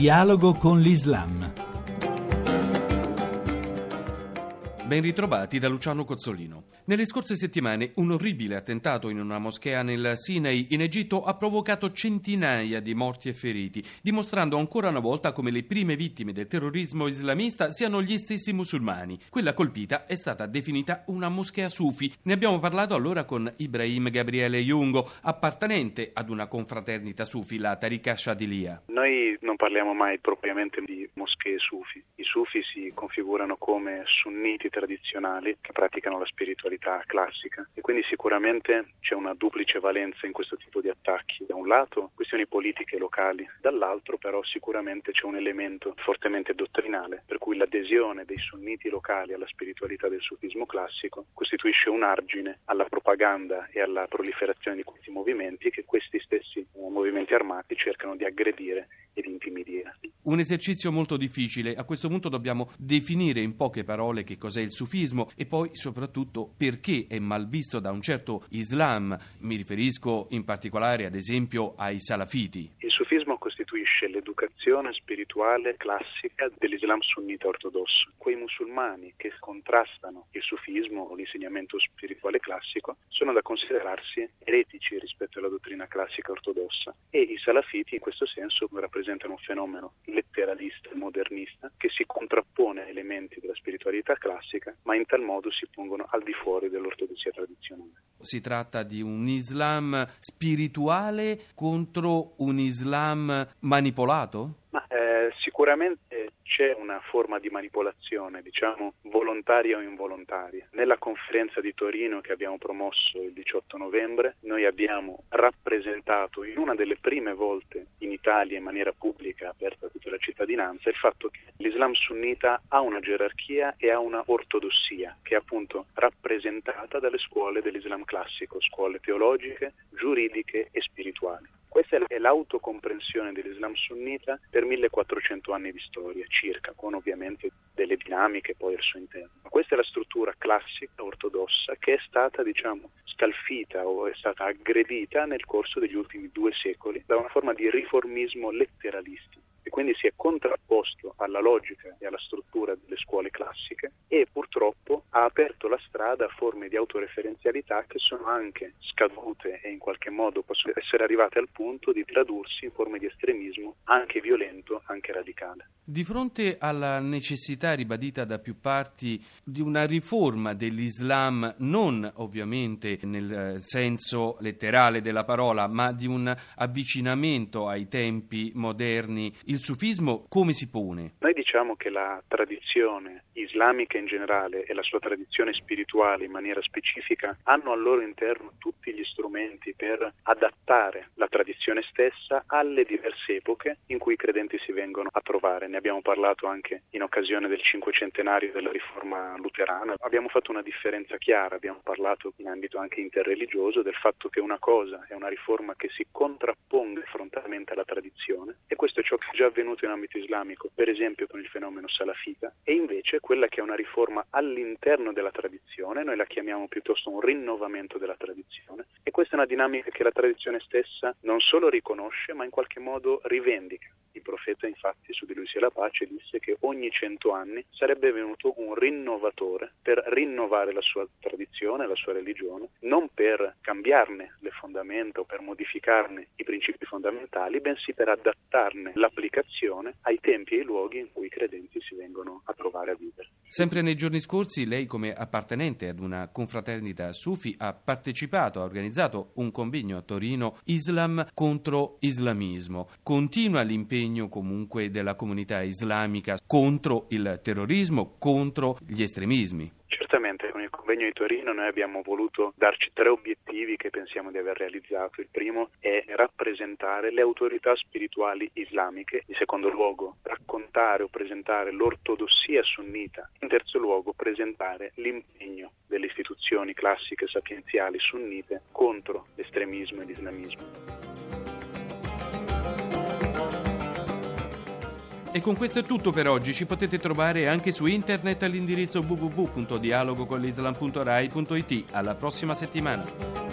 Dialogo con l'Islam. Ben ritrovati da Luciano Cozzolino. Nelle scorse settimane un orribile attentato in una moschea nel Sinai in Egitto ha provocato centinaia di morti e feriti, dimostrando ancora una volta come le prime vittime del terrorismo islamista siano gli stessi musulmani. Quella colpita è stata definita una moschea sufi. Ne abbiamo parlato allora con Ibrahim Gabriele Jungo, appartenente ad una confraternita sufi, la Tariqa Shadiliya. Noi non parliamo mai propriamente di moschee sufi. I sufi si configurano come sunniti tradizionali che praticano la spiritualità classica e quindi sicuramente c'è una duplice valenza in questo tipo di attacchi. Da un lato questioni politiche locali, dall'altro però sicuramente c'è un elemento fortemente dottrinale, per cui l'adesione dei sunniti locali alla spiritualità del sufismo classico costituisce un argine alla propaganda e alla proliferazione di questi movimenti che questi stessi movimenti armati cercano di aggredire e di intimidire. Un esercizio molto difficile. A questo punto dobbiamo definire in poche parole che cos'è il sufismo e poi soprattutto perché è mal visto da un certo Islam. Mi riferisco in particolare ad esempio ai salafiti. Il sufismo costituisce l'educazione spirituale classica dell'Islam sunnita ortodosso. Quei musulmani che contrastano il sufismo o l'insegnamento spirituale classico sono da considerarsi eretici rispetto alla dottrina classica ortodossa e i salafiti in questo senso rappresentano un fenomeno letteralista e modernista che si contrappone a elementi della spiritualità classica, ma in tal modo si pongono al di fuori dell'ortodossia tradizionale. Si tratta di un Islam spirituale contro un Islam manipolato? Sicuramente c'è una forma di manipolazione, diciamo volontaria o involontaria. Nella conferenza di Torino che abbiamo promosso il 18 novembre, noi abbiamo rappresentato in una delle prime volte in Italia in maniera pubblica aperta a tutta la cittadinanza il fatto che l'Islam sunnita ha una gerarchia e ha una ortodossia che è appunto rappresentata dalle scuole dell'Islam classico, scuole teologiche, giuridiche e spirituali. Questa è l'autocomprensione dell'Islam sunnita per 1400 anni di storia, circa, con ovviamente delle dinamiche poi al suo interno. Ma questa è la struttura classica, ortodossa, che è stata, scalfita o è stata aggredita nel corso degli ultimi 2 secoli da una forma di riformismo letteralista. E quindi si è contrapposto alla logica e alla struttura delle scuole classiche e purtroppo ha aperto la strada a forme di autoreferenzialità che sono anche scadute e in qualche modo possono essere arrivate al punto di tradursi in forme di estremismo anche violento, anche radicale. Di fronte alla necessità ribadita da più parti di una riforma dell'Islam, non ovviamente nel senso letterale della parola, ma di un avvicinamento ai tempi moderni, il sufismo come si pone? Noi diciamo che la tradizione islamica in generale e la sua tradizione spirituale in maniera specifica hanno al loro interno tutti gli strumenti per adattare la tradizione stessa alle diverse epoche in cui i credenti si vengono a trovare. Ne abbiamo parlato anche in occasione del 500° della riforma luterana. Abbiamo fatto una differenza chiara, abbiamo parlato in ambito anche interreligioso del fatto che una cosa è una riforma che si contrappone frontalmente alla tradizione e questo è ciò che è già avvenuto in ambito islamico, per esempio con il fenomeno salafita, e invece quella che è una riforma all'interno della tradizione, noi la chiamiamo piuttosto un rinnovamento della tradizione, e questa è una dinamica che la tradizione stessa non solo riconosce ma in qualche modo rivendica. Il profeta infatti, su di lui sia la pace, disse che ogni 100 anni sarebbe venuto un rinnovatore per rinnovare la sua tradizione, la sua religione, non per cambiarne le fondamenta o per modificarne i principi fondamentali, bensì per adattarne l'applicazione ai tempi e ai luoghi in cui i credenti si vengono a trovare a vivere. Sempre nei giorni scorsi lei, come appartenente ad una confraternita sufi, ha partecipato, ha organizzato un convegno a Torino, Islam contro islamismo. Continua l'impegno comunque della comunità islamica contro il terrorismo, contro gli estremismi? Certamente, con il convegno di Torino noi abbiamo voluto darci 3 obiettivi che pensiamo di aver realizzato. Il primo è rappresentare le autorità spirituali islamiche, in secondo luogo raccontare o presentare l'ortodossia sunnita, in terzo luogo presentare l'impegno delle istituzioni classiche sapienziali sunnite contro l'estremismo e l'islamismo. E con questo è tutto per oggi. Ci potete trovare anche su internet all'indirizzo www.dialogoconlislam.rai.it. Alla prossima settimana.